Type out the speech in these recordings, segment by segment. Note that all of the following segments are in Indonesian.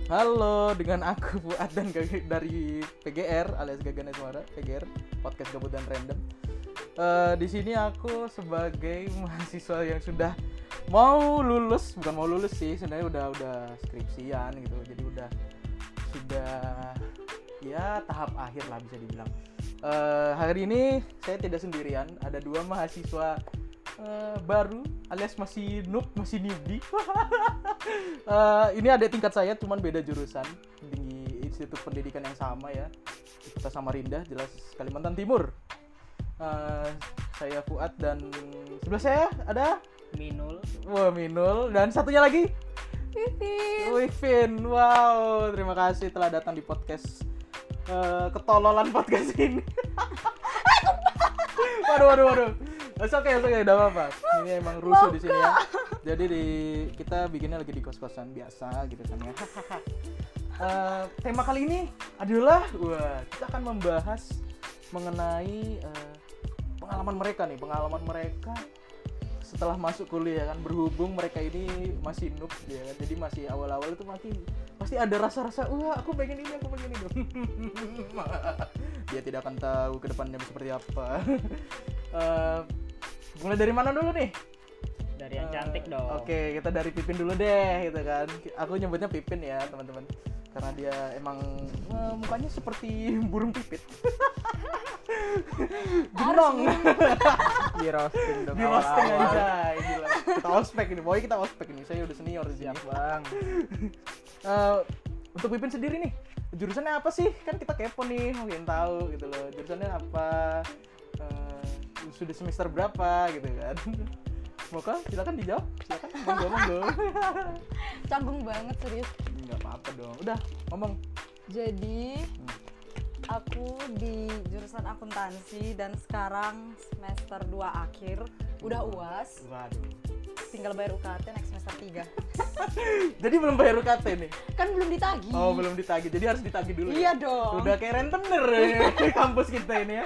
Halo, dengan aku Fuad dan dari PGR alias Gagana Suara, PGR Podcast Gabut dan Random. Di sini aku sebagai mahasiswa yang sudah mau lulus, bukan mau lulus sih, sebenarnya udah skripsian gitu. Jadi sudah ya tahap akhir lah bisa dibilang. Hari ini saya tidak sendirian, ada dua mahasiswa baru alias masih noob, masih newbie. Ini adik tingkat saya, cuman beda jurusan di institut pendidikan yang sama ya, kita Samarinda, jelas Kalimantan Timur. Saya Fuad dan sebelah saya ada Minul. Wah, Minul, dan satunya lagi Wifin. Wow, terima kasih telah datang di podcast ketololan podcast ini. Waduh. Oke, udah apa-apa. Ini emang rusuh di sini ya. Jadi kita bikinnya lagi di kos-kosan biasa gitu kan ya. Tema kali ini adalah kita akan membahas mengenai pengalaman mereka setelah masuk kuliah kan, berhubung mereka ini masih noob ya kan. Jadi masih awal-awal itu pasti ada rasa-rasa aku pengen ini. Dia tidak akan tahu ke depannya seperti apa. Mulai dari mana dulu nih? Dari yang cantik dong. Oke, kita dari Pipin dulu deh gitu kan. Aku nyebutnya Pipin ya teman-teman, karena dia emang mukanya seperti burung pipit. Gendong. Di roasting dong. Di roasting aja. Gila. Kita ospek ini, boy, kita ospek ini. Saya udah senior di sini, Bang. Untuk Pipin sendiri nih, jurusannya apa sih? Kan kita kepo nih, mungkin tahu gitu loh. Jurusannya apa? Sudah semester berapa gitu kan? Semoga silakan dijawab. Silakan monggo. Canggung banget serius. Enggak apa-apa dong. Udah, ngomong. Jadi aku di jurusan akuntansi dan sekarang semester 2 akhir. Udah UAS. Waduh. Tinggal bayar UKT next semester 3. Jadi belum bayar UKT nih? Kan belum ditagih. Oh, belum ditagih. Jadi harus ditagih dulu. Iya ya? dong. Udah kayak rentenir ya, kampus kita ini ya.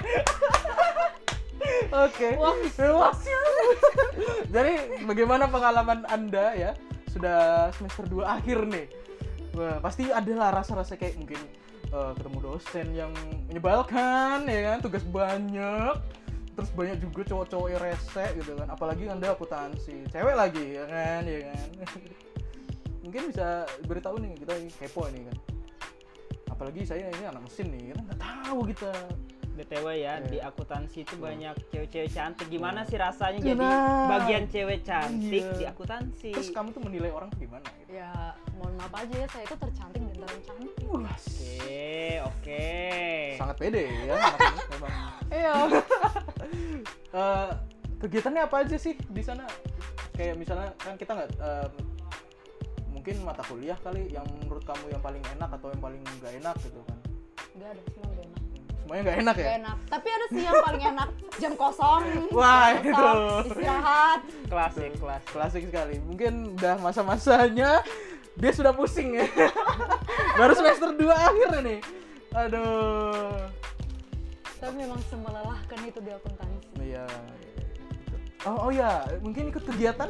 Oke. Wah. Jadi bagaimana pengalaman Anda ya? Sudah semester 2 akhir nih. Wah, pasti adalah rasa-rasa kayak mungkin ketemu dosen yang menyebalkan ya kan, tugas banyak. Terus banyak juga cowok-cowok yang rese gitu kan. Apalagi Anda akuntansi, cewek lagi ya kan. Mungkin bisa beritahu nih, kita kepo ini kan. Apalagi saya ini anak mesin nih, kita nggak tahu kita. BTW ya, di akuntansi itu banyak cewek-cewek cantik. Gimana sih rasanya Ya, jadi nah. bagian cewek cantik Iya. di akuntansi? Terus kamu tuh menilai orang tuh gimana gitu? Ya, mohon maaf aja ya, saya itu tercantik dan tercantik. Oke. Sangat pede ya anak ini memang. Iya. Kegiatannya apa aja sih di sana? Kayak misalnya kan kita nggak mungkin mata kuliah kali yang menurut kamu yang paling enak atau yang paling nggak enak gitu kan? Enggak ada, semua enggak enak. Semuanya nggak enak ya? Gak enak. Tapi ada sih yang paling enak, jam kosong. Wah, jam kosong, itu. istirahat. Klasik sekali. Mungkin udah masa-masanya dia sudah pusing ya. Baru semester 2 akhir ini. Aduh. Tapi memang semelelahkan itu di akuntansi. Iya. Oh ya, mungkin ikut kegiatan?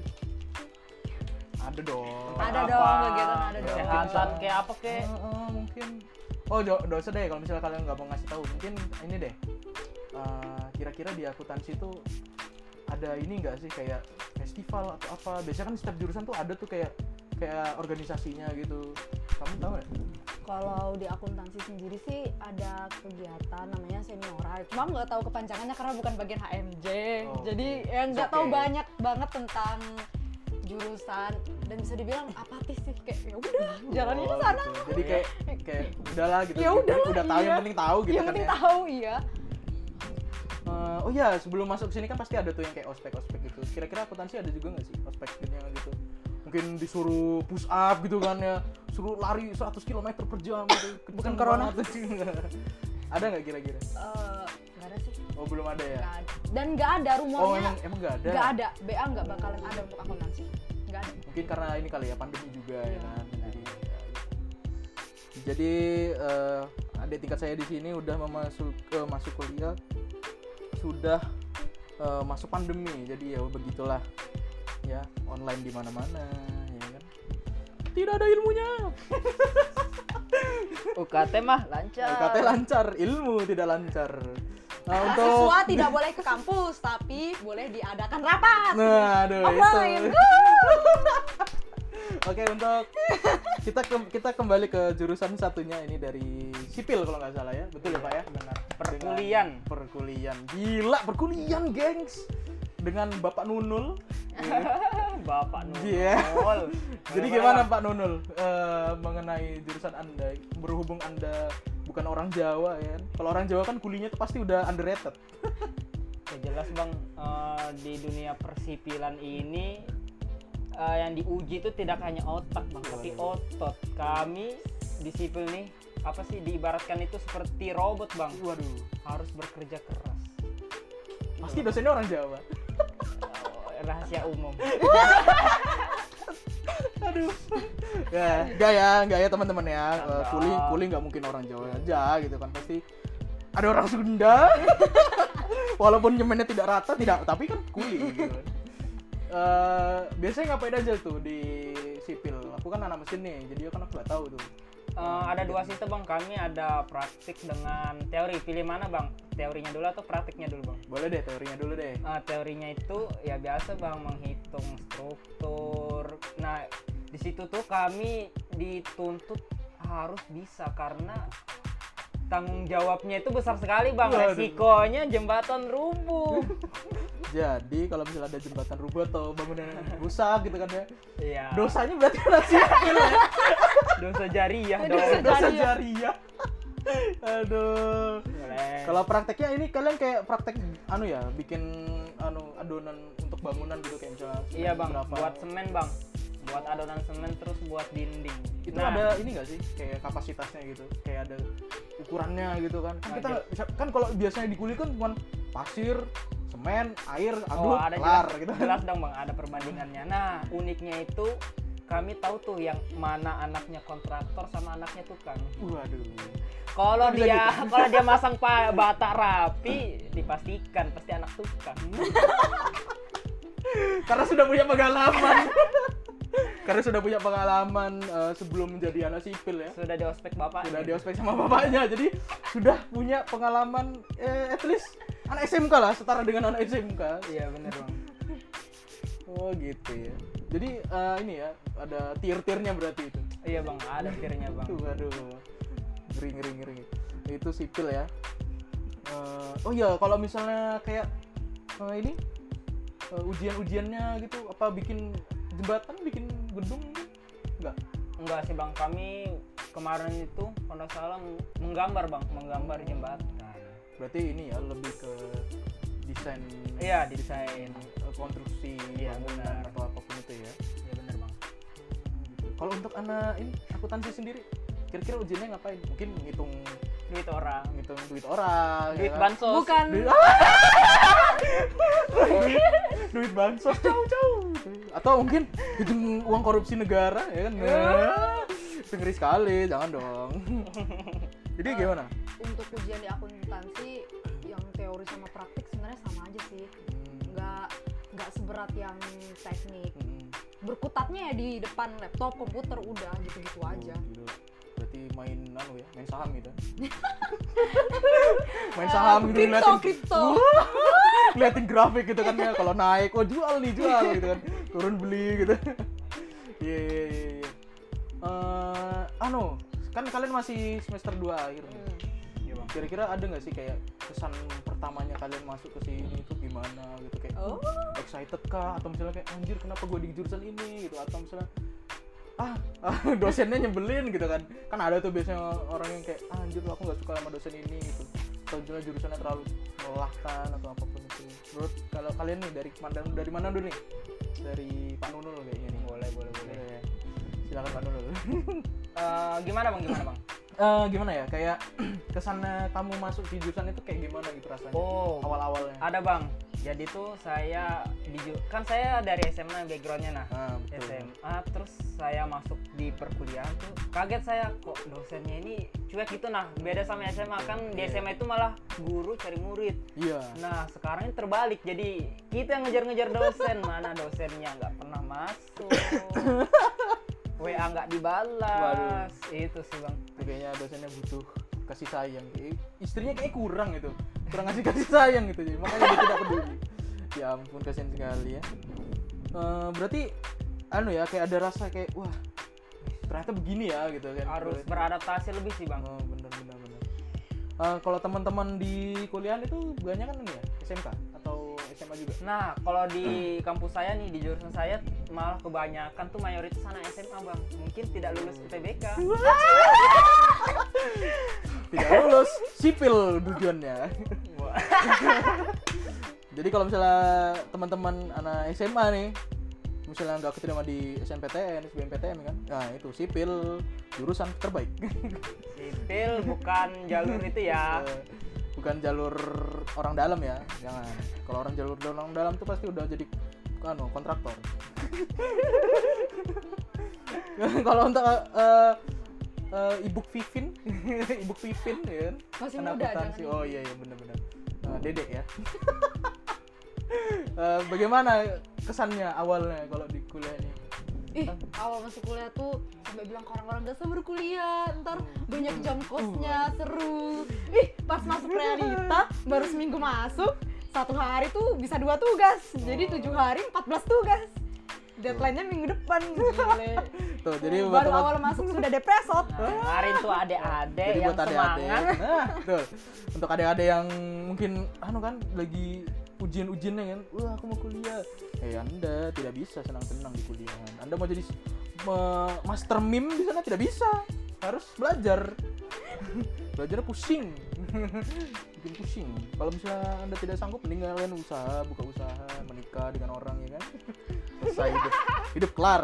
Ada dong. Ada Apa? dong, kegiatan ada dong. Kesehatan kayak apa kek? Mungkin. Oh, nggak usah deh kalau misalnya kalian nggak mau ngasih tahu. Mungkin ini deh. Kira-kira di akuntansi itu ada ini nggak sih kayak festival atau apa? Biasanya kan setiap jurusan tuh ada tuh kayak organisasinya gitu. Kamu tahu nggak? Kalau di akuntansi sendiri sih ada kegiatan namanya seniora. Cuma nggak tahu kepanjangannya karena bukan bagian HMJ. Oh, Jadi ya nggak tahu banyak banget tentang jurusan dan bisa dibilang apatis sih, kayak ya udah jalannya ke sana. Gitu. Jadi kayak udahlah gitu. Ya udahlah, udah tahu, iya. yang penting tahu gitu Yang kan penting ya. tahu, iya. Oh iya, sebelum masuk sini kan pasti ada tuh yang kayak ospek gitu. Kira-kira akuntansi ada juga nggak sih ospek gitu? Mungkin disuruh push up gitu kan ya, suruh lari 100 km per jam gitu. Bukan corona. Ada nggak kira-kira? Nggak ada sih. Oh, belum ada ya? Nggak ada. Dan nggak ada rumornya. Oh, emang nggak ada? Nggak ada. BA nggak bakalan ada untuk akuntansi. Nggak ada. Mungkin karena ini kali ya, pandemi juga ya kan. Jadi adik tingkat saya di sini udah masuk kuliah, sudah masuk pandemi. Jadi ya begitulah ya, online di mana-mana ya kan. tidak ada ilmunya. UKT mah lancar. UKT lancar, ilmu tidak lancar. Nah, Mahasiswa tidak boleh ke kampus, tapi boleh diadakan rapat. Nah, aduh Offline. itu. Oke, untuk kita kembali ke jurusan satunya ini dari sipil kalau nggak salah ya. Betul ya, Pak ya? Benar. Perkulian. Perkulian. Gila, perkulian, gengs. Dengan Bapak Nunul. Bapak Nunul. Iya. Jadi Gimana, gimana Pak Nunul mengenai jurusan Anda? Berhubung Anda bukan orang Jawa ya kan? Kalau orang Jawa kan kuliahnya itu pasti udah underrated. Ya jelas Bang, di dunia persipilan ini yang diuji itu tidak hanya otak Bang, tapi otot. Kami di sipil nih, apa sih diibaratkan itu seperti robot Bang. Waduh, Harus bekerja keras. pasti dosennya orang Jawa. Rahasia umum. Aduh. Enggak ya teman-teman ya. Kuli nggak mungkin orang Jawa aja gitu kan, pasti ada orang Sunda. Walaupun nyemennya tidak rata, tapi kan kuli gitu kan. Biasanya ngapain aja tuh di sipil? Aku kan anak mesin nih, jadi aku nggak tahu tuh. Ada dua sistem Bang, kami ada praktik dengan teori. Pilih mana Bang? Teorinya dulu atau praktiknya dulu Bang? Boleh deh, teorinya dulu deh. Teorinya itu ya biasa Bang, menghitung struktur. Nah di situ tuh kami dituntut harus bisa karena tanggung jawabnya itu besar sekali Bang. Waduh. Resikonya jembatan rubuh. Jadi kalau misalnya ada jembatan rubuh atau bangunan rusak gitu kan ya, Iya. dosanya berarti anak sipil ya. Dosa jariah Dosa dong. Dosa jariah. Aduh. Boleh. Kalau prakteknya ini kalian kayak praktek bikin adonan untuk bangunan gitu kayak misalnya Iya Bang, berapa. buat semen Bang. Buat adonan semen terus buat dinding. Itu ada ini nggak sih kayak kapasitasnya gitu, kayak ada ukurannya gitu kan. Kan kita kan kalau biasanya di kuliah kan cuma pasir, semen, air, aduk, ada kelar jelas, gitu. jelas dong Bang, ada perbandingannya. Nah uniknya itu kami tahu tuh yang mana anaknya kontraktor sama anaknya tukang. Waduh. Kalau Bisa dia gitu? kalau dia masang bata rapi, dipastikan pasti anak tukang. Karena sudah punya pengalaman. Karena sudah punya pengalaman sebelum menjadi anak sipil ya. Sudah di ospek bapak. Sudah diospek sama bapaknya, jadi sudah punya pengalaman at least anak SMK lah, setara dengan anak SMK. Iya bener Bang. Oh gitu ya. Jadi ini ya, ada tier-tiernya berarti itu. Iya Bang, ada tiernya Bang. Waduh, ngeri. Itu sipil ya. Oh iya, kalau misalnya kayak ini ujiannya gitu, apa bikin jembatan, bikin gedung gitu? Enggak sih Bang, kami kemarin itu kalau nggak salah menggambar jembatan. Berarti ini ya lebih ke desain. Iya, desain. Konstruksi Iya, bangunan benar. atau apapun itu ya. Iya bener Bang. Gitu. Kalau untuk anak ini akuntansi sendiri, kira-kira ujiannya ngapain? Mungkin ngitung Duit orang. duit orang, Duit ya kan? bansos. Bukan. Duit bansos jauh. Atau mungkin hitung uang korupsi negara, ya kan? Itu ngeri sekali, jangan dong. Jadi gimana? Untuk ujian di akuntansi yang teori sama praktik sebenarnya sama aja sih. Nggak seberat yang teknik. Berkutatnya ya di depan laptop, komputer, udah gitu-gitu aja. Gitu. Berarti main saham gitu. Main saham gitu, Kripto. ngeliatin grafik gitu kan ya, kalau naik jual gitu kan, turun beli gitu. Iya. Kan kalian masih semester 2 akhir nih. Iya Bang. Kira-kira ada nggak sih kayak kesan pertamanya kalian masuk ke sini itu gimana gitu, kayak excited kah, atau misalnya kayak anjir kenapa gue di jurusan ini gitu, atau misalnya dosennya nyebelin gitu kan ada tuh biasanya orang yang kayak anjir aku nggak suka sama dosen ini gitu, atau jurusannya terlalu melelahkan atau apapun itu. Menurut kalau kalian nih dari mana dulu nih? Dari Pak Nunul kayaknya nih. Boleh. Ya. Silakan Pak Nunul. Gimana Bang? Gimana ya, kayak kesannya kamu masuk di jurusan itu kayak gimana gitu rasanya awal-awalnya? Ada Bang, jadi tuh saya kan saya dari SMA backgroundnya Betul. SMA, terus saya masuk di perkuliahan tuh kaget saya, kok dosennya ini cuek gitu. Beda sama SMA kan, di SMA itu malah guru cari murid. Iya. Nah sekarang ini terbalik, jadi kita yang ngejar-ngejar dosen, mana dosennya nggak pernah masuk. WA nggak dibalas. Itu sih bang. Kayaknya dosennya butuh kasih sayang. Istrinya kayak kurang itu, kurang ngasih kasih sayang gitu, jadi makanya dia tidak peduli. Ya ampun, kasihan sekali ya. Berarti ya kayak ada rasa kayak wah ternyata begini ya gitu kan. Harus beradaptasi lebih sih bang. Oh benar. Kalau teman-teman di kuliah itu banyak kan ini ya SMK atau SMA juga? Nah kalau di kampus saya nih, di jurusan saya malah kebanyakan tuh mayoritas anak SMA bang. Mungkin tidak lulus UTBK. Tidak lulus sipil tujuannya. Jadi kalau misalnya teman-teman anak SMA nih, misalnya nggak keterima di SNPTN, SBMPTN kan, nah itu sipil jurusan terbaik. Sipil bukan jalur itu ya. Bukan jalur orang dalam ya, jangan. Kalau jalur orang dalam tuh pasti udah jadi kontraktor. Kalau untuk Ibu Vivin ya kan? Masih anak muda, akuntansi. jangan Oh iya benar-benar. Dedek ya. Bagaimana kesannya awalnya kalau di kuliah ini? Awal masuk kuliah tuh sampai bilang ke orang-orang gak sabar kuliah, ntar banyak jam kosnya, seru. Pas masuk realita, baru seminggu masuk, 1 hari tuh bisa 2 tugas. Jadi 7 hari 14 tugas. Deadline-nya minggu depan, gile. Tuh, jadi baru awal masuk sudah depresot. Kemarin tuh adik-adik jadi yang buat adik-adik. semangat. Nah, betul. Untuk adik-adik yang mungkin kan lagi ujian-ujiannya kan, wah aku mau kuliah. Anda tidak bisa senang-senang di kuliahan. Anda mau jadi master meme di sana tidak bisa. Harus belajar. Belajarnya pusing. Bikin pusing. Kalau misalnya Anda tidak sanggup, mending kalian buka usaha, menikah dengan orang ya kan. Selesai hidup kelar.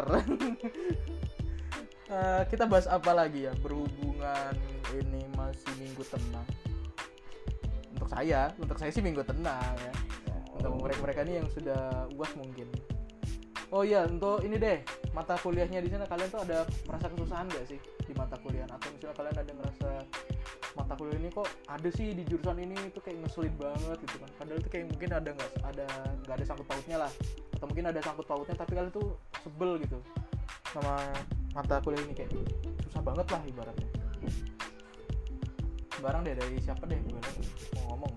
Kita bahas apa lagi ya, berhubungan ini masih minggu tenang. Untuk saya sih minggu tenang ya. Untuk mereka ini yang sudah UAS mungkin. Oh iya, untuk ini deh, mata kuliahnya di sana kalian tuh ada merasa kesusahan nggak sih di mata kuliah? Atau misalnya kalian ada ngerasa mata kuliah ini kok ada sih di jurusan ini itu kayak ngeselin banget gitu kan? Padahal itu kayak mungkin nggak ada sangkut pautnya lah, atau mungkin ada sangkut pautnya tapi kalian tuh sebel gitu sama mata kuliah ini, kayak susah banget lah ibaratnya. Barang deh dari siapa deh gimana mau ngomong?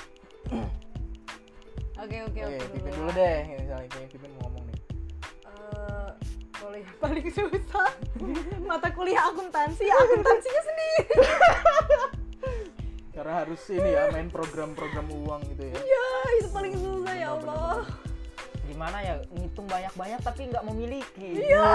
Oke, Pipin dulu deh, misalnya kayak Pipin mau ngomong nih. Kuliah paling susah mata kuliah akuntansinya sendiri. Karena harus ini ya, main program-program uang gitu ya. Ya, itu paling susah ya Allah. Gimana ya, ngitung banyak-banyak tapi nggak memiliki. Iya.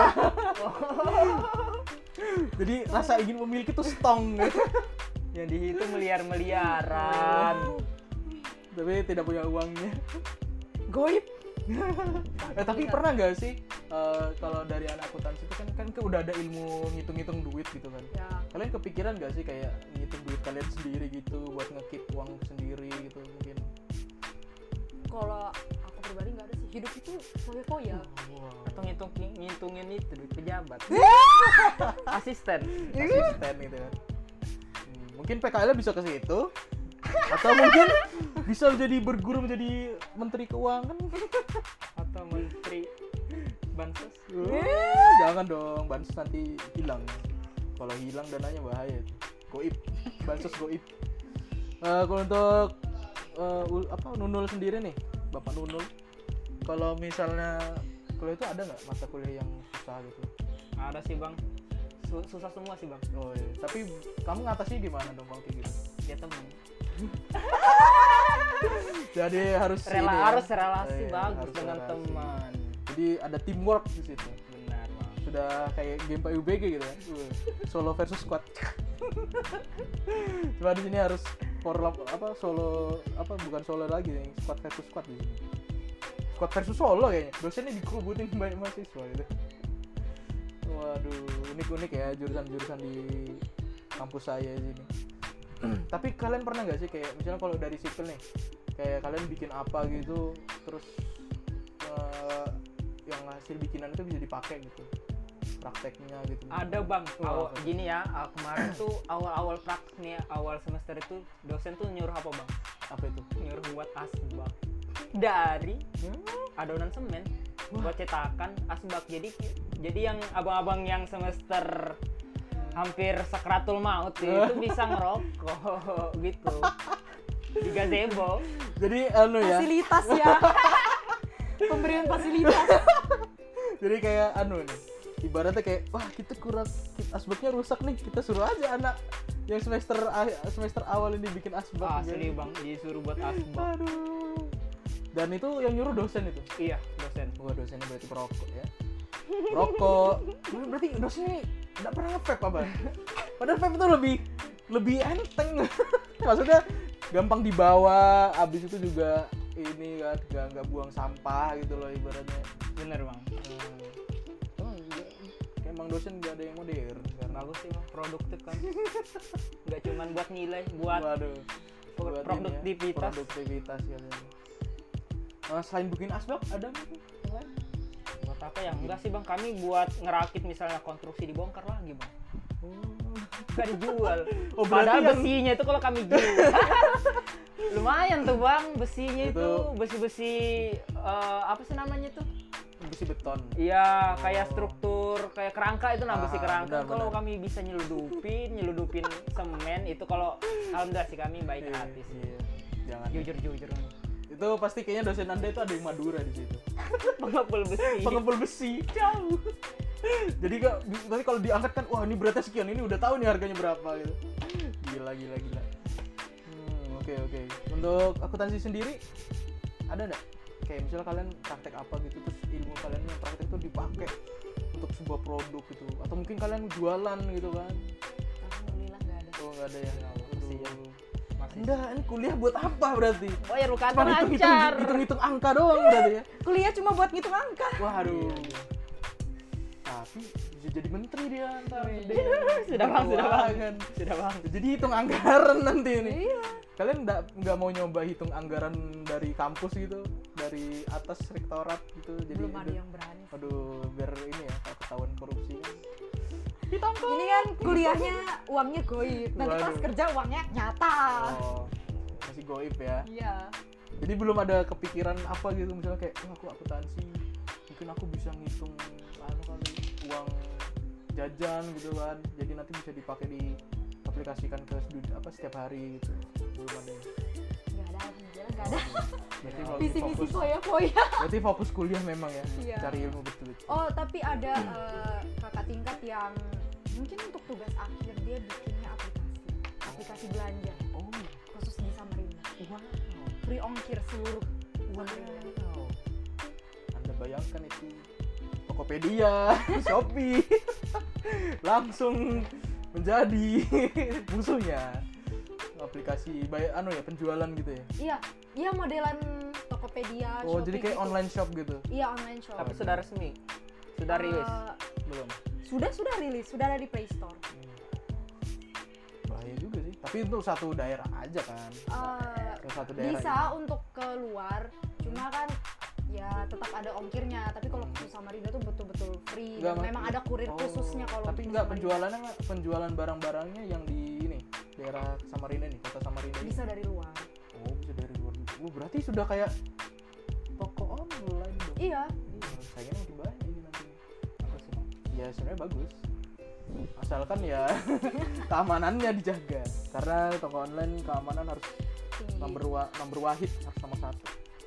Jadi rasa ingin memiliki tuh strong gitu. Yang dihitung miliar-miliaran. Tapi tidak punya uangnya. Goib. Tapi pernah nggak sih kalau dari anak akuntansi itu kan udah ada ilmu ngitung-ngitung duit gitu kan? Ya. Kalian kepikiran nggak sih kayak ngitung duit kalian sendiri gitu buat nge-keep uang sendiri gitu mungkin? Kalau aku pribadi nggak ada sih. Hidup itu foya-foya. Atau ngitungin itu duit pejabat. Asisten Gitu kan. Mungkin PKL bisa ke situ. Atau mungkin bisa berguru menjadi menteri keuangan atau menteri bansos. Jangan dong, bansos nanti hilang. Kalau hilang dananya bahaya itu. Goib, bansos goib. Kalau untuk Nunul sendiri nih, Bapak Nunul, kalau misalnya kuliah itu ada nggak mata kuliah yang susah gitu? Ada sih bang, susah semua sih bang. Oh iya. Tapi kamu ngatasinya gimana dong kalau kayak gitu? Ya temen. Jadi harus harus relasi iya, bagus harus dengan relasi. teman. Jadi ada teamwork di situ. Benar bang. Sudah kayak game PUBG gitu kan. Solo versus squad. Cuma di sini harus bukan solo lagi nih, squad versus squad di sini. Squad versus solo kayaknya. Dosennya dikerubutin banyak mahasiswa gitu. Waduh, unik-unik ya jurusan-jurusan di kampus saya di sini. Tapi kalian pernah nggak sih kayak misalnya kalau dari sipil nih, kayak kalian bikin apa gitu, terus yang hasil bikinan itu bisa dipakai gitu, prakteknya gitu? Ada bang. Gini ya, kemarin tuh awal-awal praktek nih, awal semester itu dosen tuh nyuruh apa bang? Apa itu? Nyuruh buat asbak dari adonan semen buat cetakan asbak. Jadi Jadi yang abang-abang yang semester hampir sakratul maut itu bisa ngerokok gitu di gazebo. Jadi anu ya. Fasilitas ya. Pemberian fasilitas. Jadi kayak anu nih. Ibaratnya kayak wah kita kurang asbaknya rusak nih, kita suruh aja anak yang semester awal ini bikin asbak. Asli bang, disuruh buat asbak. Aduh. Dan itu yang nyuruh dosen itu. Iya, dosen. Wah, dosennya berarti perokok ya. Rokok. Berarti dosen ini enggak pernah nge-vape apa? Padahal vape itu lebih enteng. Maksudnya gampang dibawa, abis itu juga ini kan nggak buang sampah gitu loh ibaratnya. Bener bang. Emang dosen nggak ada yang modern karena Bagus sih bang, produktif kan. Nggak cuman buat nilai, buat waduh, buat produktivitas. Produktivitas ya. Selain bikin asbak ada mungkin yang lain? Buat apa ya? Enggak sih bang, kami buat ngerakit misalnya konstruksi dibongkar lagi bang. Nggak dijual. Oh, berarti padahal yang- besinya itu kalau kami jual lumayan tuh bang, besinya itu besi-besi apa sih namanya tuh? Besi beton. Iya, kayak struktur kayak kerangka itu besi kerangka. Benar, Kalau benar. kami bisa nyeludupin semen itu, kalau alhamdulillah sih kami baik hati sih. Iya. Jangan. Jujur. Itu pasti kayaknya dosen Anda itu ada yang Madura di situ. Pengepul besi. Pengepul besi. Jauh. Jadi nanti kalau diangkat kan wah ini beratnya sekian, ini udah tahu nih harganya berapa gitu. Gila. Oke. Untuk akuntansi sendiri ada nggak? Kayak misalnya kalian praktek apa gitu terus ilmu kalian yang praktek itu dipakai untuk sebuah produk gitu atau mungkin kalian jualan gitu kan? Alhamdulillah nggak ada. Oh nggak ada ya. Kasihan. Masih. Anda ini kuliah buat apa berarti? Bayar bukan Cuma lancar. hitung angka doang berarti ya? Kuliah cuma buat ngitung angka. Waduh. Tapi bisa jadi menteri dia ntar. Sudah bang. Keuangan. Sudah bang. Jadi hitung anggaran nanti ini. Iya. Kalian nggak mau nyoba hitung anggaran dari kampus gitu, dari atas rektorat gitu. Jadi Belum ada yang berani. aduh, biar ini ya kalau ketahuan korupsi kan. Ini kan kuliahnya uangnya goib. Nanti pas Waduh. kerja uangnya nyata. Oh, masih goib ya. Iya. Jadi belum ada kepikiran apa gitu misalnya kayak aku akuntansi, mungkin aku bisa ngitung kali uang jajan gitu kan. Jadi nanti bisa dipakai aplikasikan ke setiap hari gitu. Belum ada. Nggak ada, alhamdulillah nggak ada. Berarti lagi Visi-misi fokus. foya-foya. Berarti fokus kuliah memang ya. Iya. Cari ilmu betul. Oh, tapi ada kakak tingkat yang mungkin untuk tugas akhir dia bikinnya aplikasi belanja Oh, khusus di Samarinda. wow. Free ongkir seluruh Samarinda. Wow. Anda bayangkan itu Tokopedia, Shopee langsung menjadi musuhnya aplikasi penjualan gitu ya. Iya modelan Tokopedia, Oh, Shopee jadi kayak gitu. online shop gitu. Iya, online shop. Tapi sudah resmi. Sudah rilis. Belum. Sudah rilis, sudah ada di Play Store. Bahaya juga sih. Tapi untuk satu daerah aja kan. Untuk satu daerah. Bisa untuk keluar, cuma kan ya tetap ada ongkirnya. Tapi kalau ke Samarinda tuh betul-betul free. Enggak, Dan memang ada kurir khususnya kalau tapi ke enggak Samarinda. penjualan barang-barangnya yang di ini daerah Samarinda nih, kota Samarinda ini. Bisa dari luar. Oh, bisa dari luar juga. Berarti sudah kayak toko online dong. Iya. Sayangnya makin banyak ini nanti. Apa sih? Ya sebenarnya bagus. Asalkan ya keamanannya dijaga. Karena toko online keamanan harus Tinggi. number wahid harus nomor 1.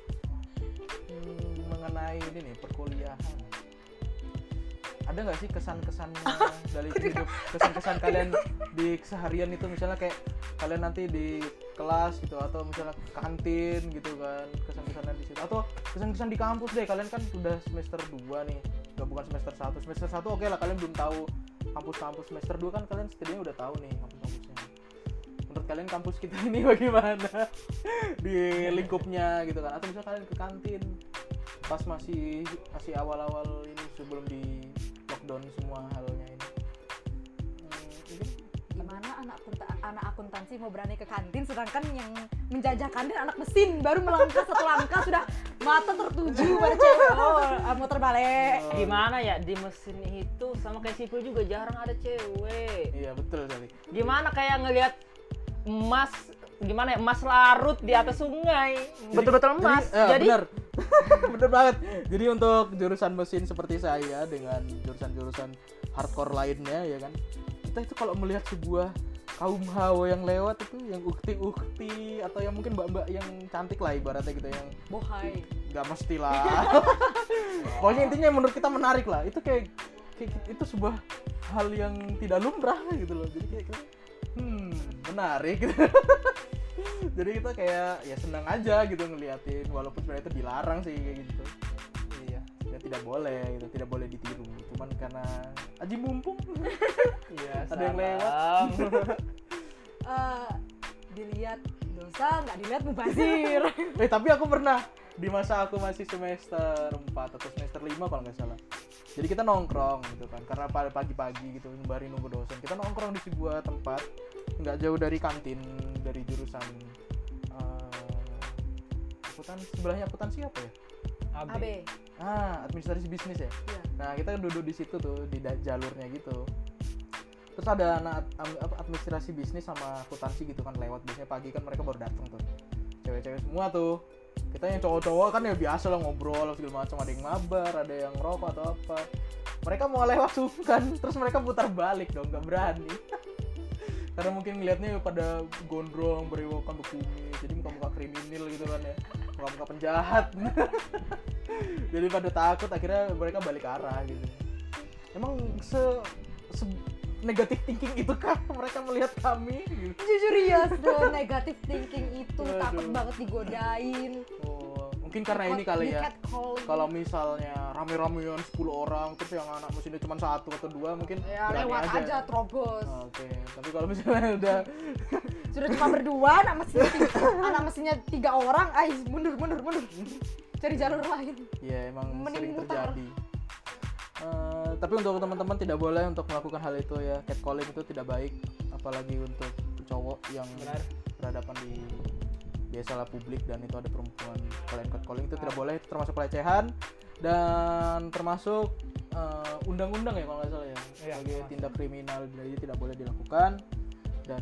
Mengenai ini nih perkuliahan. Ada nggak sih kesan-kesannya dari hidup, kesan-kesan kalian di keseharian itu misalnya kayak kalian nanti di kelas gitu atau misalnya kantin gitu kan, kesan-kesannya di situ atau kesan-kesan di kampus deh. Kalian kan sudah semester 2 nih, udah bukan semester 1. Semester 1 oke lah kalian belum tahu kampus-kampus. Semester 2 kan kalian setidaknya udah tahu nih kampus-kampusnya. Menurut kalian kampus kita ini bagaimana di lingkupnya gitu kan, atau misalnya kalian ke kantin pas masih awal-awal ini sebelum di lockdown semua halnya ini. Mungkin Gimana anak akuntansi mau berani ke kantin sedangkan yang menjajah kantin anak mesin baru melangkah satu langkah sudah mata tertuju pada cewek. Mau terbalik. Gimana ya, di mesin itu sama kayak sipil juga jarang ada cewek. iya betul sekali. Gimana kayak ngelihat emas gimana ya, emas larut di atas sungai, betul-betul emas. Jadi benar. Bener banget. Jadi untuk jurusan mesin seperti saya dengan jurusan-jurusan hardcore lainnya ya kan, kita itu kalau melihat sebuah kaum hawa yang lewat itu, yang ukti-ukti atau yang mungkin mbak-mbak yang cantik lah ibaratnya gitu, yang Bohai. nggak mesti lah. Pokoknya intinya menurut kita menarik lah. Itu kayak itu sebuah hal yang tidak lumrah gitu loh. Jadi kayak menarik gitu. Jadi kita kayak ya senang aja gitu ngeliatin, walaupun sebenarnya itu dilarang sih kayak gitu. Iya, ya tidak boleh gitu, tidak boleh ditiru. Cuman karena aji mumpung. iya, Ada yang lewat. Dilihat dosa, nggak dilihat mubazir. Tapi aku pernah di masa aku masih semester 4 atau semester 5 kalau nggak salah. Jadi kita nongkrong gitu kan, karena pagi-pagi gitu sembari nunggu dosen, kita nongkrong di sebuah tempat nggak jauh dari kantin dari jurusan sebelahnya akuntansi apa ya? AB. Administrasi bisnis ya. Iya. Nah kita duduk di situ tuh di jalurnya gitu. Terus ada anak administrasi bisnis sama akuntansi gitu kan lewat, biasanya pagi kan mereka baru datang tuh. Cewek-cewek semua tuh. Kita yang cowok-cowok kan ya biasa lah ngobrol segala macam, ada yang mabar, ada yang rokok atau apa. Mereka mau lewat sungkan, terus mereka putar balik dong, nggak berani. Karena mungkin ngelihatnya pada gondrong, beriwakan berkumis, jadi muka-muka kriminal gitu kan ya, muka-muka penjahat. Jadi pada takut, akhirnya mereka balik arah gitu. Emang negatif thinking itu kan mereka melihat kami gitu. Jujur ya, negatif thinking itu takut banget digodain. Mungkin karena ini kali ya. Catcalling. Kalau misalnya rame-ramean 10 orang terus yang anak mesinnya cuma 1 atau 2 mungkin ya, berani lewat aja terobos. Oke. Tapi kalau misalnya udah sudah cuma berdua, anak mesinnya 3 orang, mundur. Cari jalur lain. Iya, emang Mending sering mutar. terjadi. Tapi untuk teman-teman tidak boleh untuk melakukan hal itu ya. Catcalling itu tidak baik, apalagi untuk cowok yang berhadapan di biasalah publik dan itu ada perempuan. Kalian catcalling itu tidak boleh, itu termasuk pelecehan dan termasuk undang-undang ya kalau nggak salah ya, sebagai tindak kriminal, jadi tidak boleh dilakukan. Dan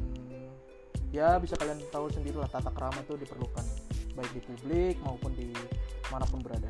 ya bisa kalian tahu sendiri lah, tata krama itu diperlukan baik di publik maupun di manapun berada.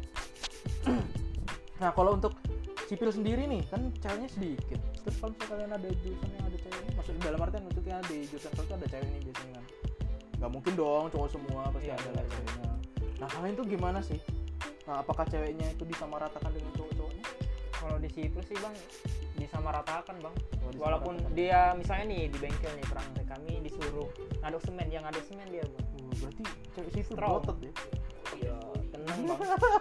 Nah kalau untuk sipil sendiri nih kan ceweknya sedikit. Terus kalau misalnya kalian ada jurusan yang ada ceweknya, maksudnya dalam artian maksudnya di jurusan itu ada cewek nih biasanya kan, nggak mungkin dong cowok semua, pasti ada lah ceweknya. Nah kalian tuh gimana sih? Nah, apakah ceweknya itu disamaratakan dengan cowok-cowoknya? Kalau di sipil sih bang disamaratakan bang. Disamaratakan. Walaupun dia misalnya nih di bengkel nih praktek kami disuruh ngaduk semen, yang ngaduk semen dia bang. Berarti cewek sipil Strong. berotot ya? Iya tenang bang.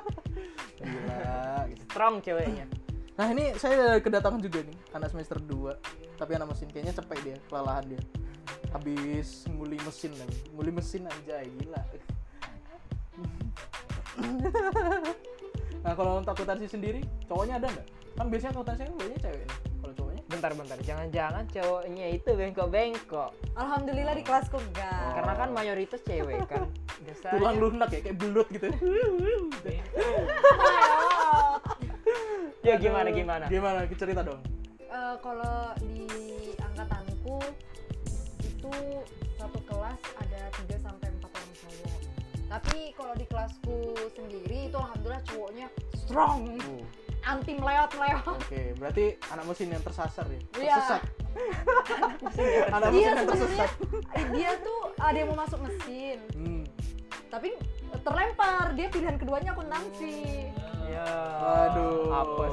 Gila gitu. Strong ceweknya. Nah ini saya kedatangan juga nih anak semester 2, tapi anak mesin, kayaknya capek dia, kelelahan dia habis nguli mesin anjay, gila. Nah kalau untuk akuntansi sendiri cowoknya ada nggak? Kan biasanya akuntansi kan banyak cewek nih. Kalau cowoknya Bentar, jangan-jangan cowoknya itu bengkok-bengkok. Alhamdulillah di kelasku enggak. Karena kan mayoritas cewek kan. Biasanya tulang lunak ya, kayak belut gitu. Ya gimana? Gimana? Cerita dong. Kalau di angkatanku itu satu kelas ada 3 sampai 4 orang cowok. Tapi kalau di kelasku sendiri itu alhamdulillah cowoknya strong. Anti meleot-meleot. Oke, berarti anak mesin yang tersasar ya. Iya. Tersesat. Anak mesin Dia yang sebenarnya tersesat. dia tuh ada yang mau masuk mesin. Tapi terlempar, dia pilihan keduanya akuntansi. ya. Aduh. Apes.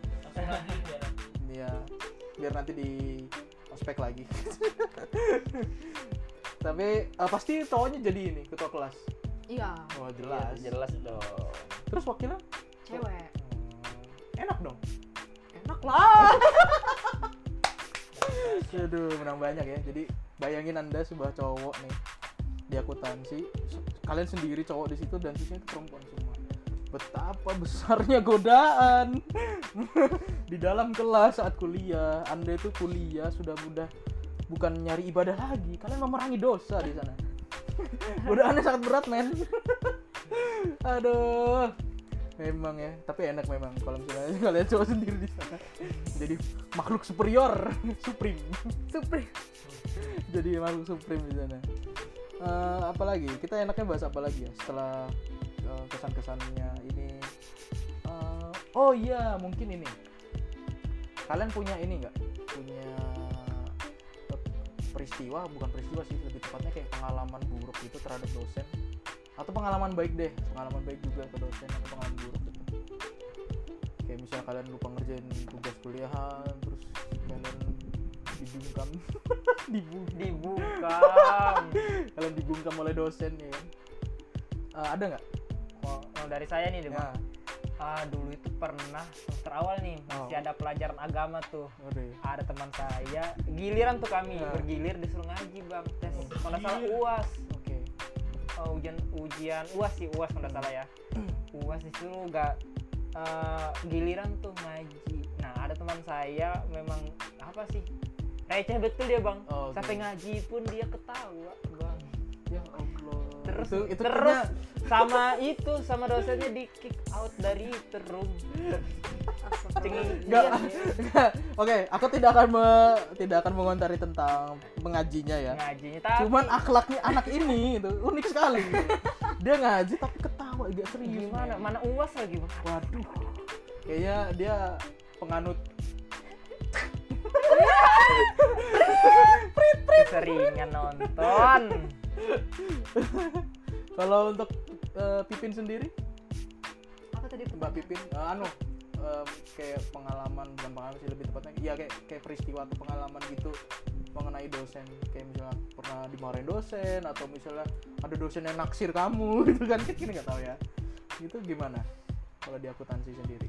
Iya. Biar nanti di ospek lagi. Tapi pasti cowoknya jadi ini ketua kelas. Iya, Oh jelas. Jelas dong. Terus wakilnya cewek. enak dong. Enak lah. Aduh, menang banyak ya. Jadi bayangin Anda sebuah cowok nih di akuntansi, kalian sendiri cowok di situ dan sisinya itu perempuan semua. Betapa besarnya godaan di dalam kelas saat kuliah. Anda itu kuliah sudah bukan nyari ibadah lagi, kalian memerangi dosa di sana. Godaannya sangat berat, men. Aduh. Memang ya, tapi enak memang kalau misalnya kalian cowok sendiri di sana. Jadi makhluk superior, supreme. Super. Jadi makhluk supreme di sana. Apalagi kita enaknya bahas apa lagi ya setelah kesan-kesannya ini. Oh iya, mungkin ini. Kalian punya ini nggak? Punya peristiwa, bukan peristiwa sih, lebih tepatnya kayak pengalaman buruk gitu terhadap dosen, atau pengalaman baik deh, pengalaman baik juga ke dosen atau pengalaman buruk gitu. Kayak misalnya kalian lupa ngerjain tugas kuliahan, terus kalian dibungkam, Dibungkam. kalian dibungkam oleh dosen ya kan? Ada nggak? Kalau dari saya nih, Ya. Bang. Dulu itu pernah semester awal nih masih ada pelajaran agama tuh. Aduh. Ada teman saya, giliran tuh kami Ya. bergilir disuruh ngaji, Bang. Tes Oh, kalau nggak salah gila. UAS. Oke. Ujian UAS sih, UAS kalau nggak salah ya. UAS disuruh giliran tuh ngaji. Nah, ada teman saya memang apa sih? Receh betul dia, Bang. Oh, oke. Sampai ngaji pun dia ketawa, Bang. Ya Allah. Terus itu terus kayaknya- sama dosennya di kick out dari room. Enggak. Oke, aku tidak akan mengomentari tentang mengajinya ya. Ngajinya tapi Cuman akhlaknya anak ini itu unik sekali. Dia ngaji tapi ketawa, agak serius. gimana? men. Mana UAS lagi, Bang? Waduh. Kayaknya dia penganut Keseringan nonton. kalau untuk Pipin sendiri, Apa tadi Mbak pertanyaan? Pipin, kayak pengalaman, bukan pengalaman sih, lebih tepatnya ya kayak peristiwa atau pengalaman gitu mengenai dosen, kayak misalnya pernah dimarahin dosen atau misalnya ada dosen yang naksir kamu gitu kan, kita nggak tahu ya. Itu gimana kalau di akuntansi sendiri?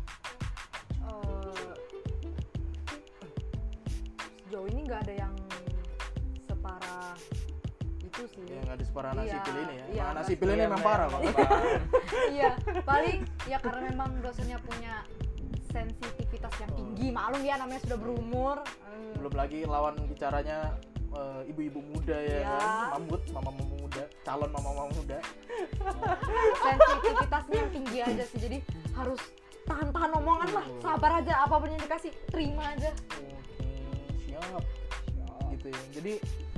Sejauh ini nggak ada yang separah itu sih. Ya nggak ada separah anak Iya, sipil ini ya. iya, Anak nggak sipil ini Iya, memang Mbak. parah Bang. Iya, paling ya karena memang dosennya punya sensitivitas yang tinggi, maklum ya namanya sudah berumur. Belum lagi lawan bicaranya ibu-ibu muda ya Iya. kan, mama muda, calon mama muda. Sensitivitasnya yang tinggi aja sih, jadi harus tahan omongan lah, sabar aja, apapun yang dikasih terima aja. Oke, siap. Gitu ya. Jadi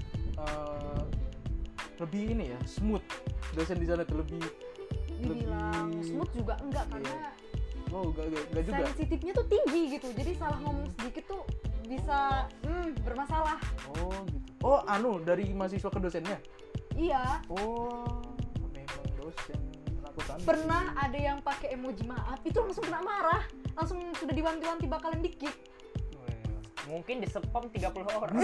lebih ini ya, smooth. Dosen di sana tuh lebih Dibilang smooth juga enggak, karena enggak juga. sensitifnya tuh tinggi gitu, jadi salah ngomong sedikit tuh bisa bermasalah. Oh, gitu. Oh, dari mahasiswa ke dosennya. Iya, Oh, memang dosen akuntansi. pernah ada yang pakai emoji maaf itu langsung kena marah, langsung sudah diwanti-wanti bakalan di-kick. Mungkin di spam 30 orang.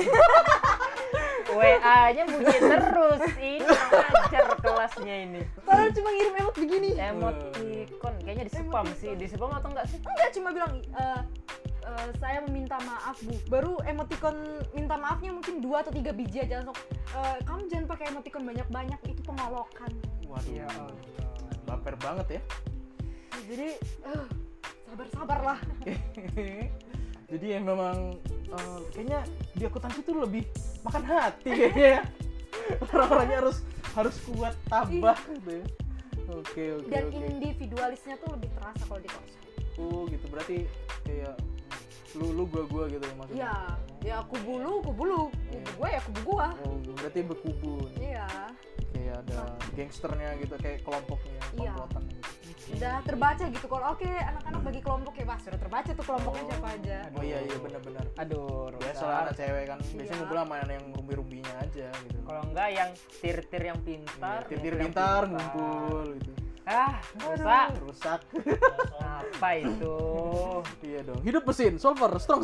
WA-nya bunyi terus. Ini kurang ajar kelasnya ini. Padahal cuma ngirim emot begini. Emoticon kayaknya di spam sih. Di spam atau enggak sih? Enggak, cuma bilang saya meminta maaf Bu. Baru emoticon minta maafnya mungkin 2 atau 3 biji aja langsung. Kamu jangan pakai emoticon banyak-banyak, itu pengolokan. Waduh. Ya Allah. Baper banget ya. Jadi sabar-sabar lah. Jadi ya memang kayaknya di akuntansi tuh lebih makan hati kayaknya ya. Orang-orangnya harus kuat tabah gitu ya. Oke. Dan individualisnya tuh lebih terasa kalau di kelas. Oh gitu, berarti kayak lu gua gitu ya maksudnya. Iya, ya kubu lu, kubu gua ya kubu gua. Oh, berarti berkubu nih. Iya. Kayak ada gangsternya gitu, kayak kelompoknya, Iya. komplotan gitu. Udah terbaca gitu, kalau oke anak-anak bagi kelompok ya sudah terbaca tuh kelompoknya siapa aja. Oh iya benar-benar. Aduh, Biasa rusak. lah anak cewek kan, biasanya Iya. ngumpul sama anak yang rumbi-rumbinya aja gitu. Kalau enggak yang tir-tir yang pintar. Tir-tir yang pintar ngumpul gitu. Rusak. Rusak. Apa itu? Iya dong. Hidup mesin, solver, strong.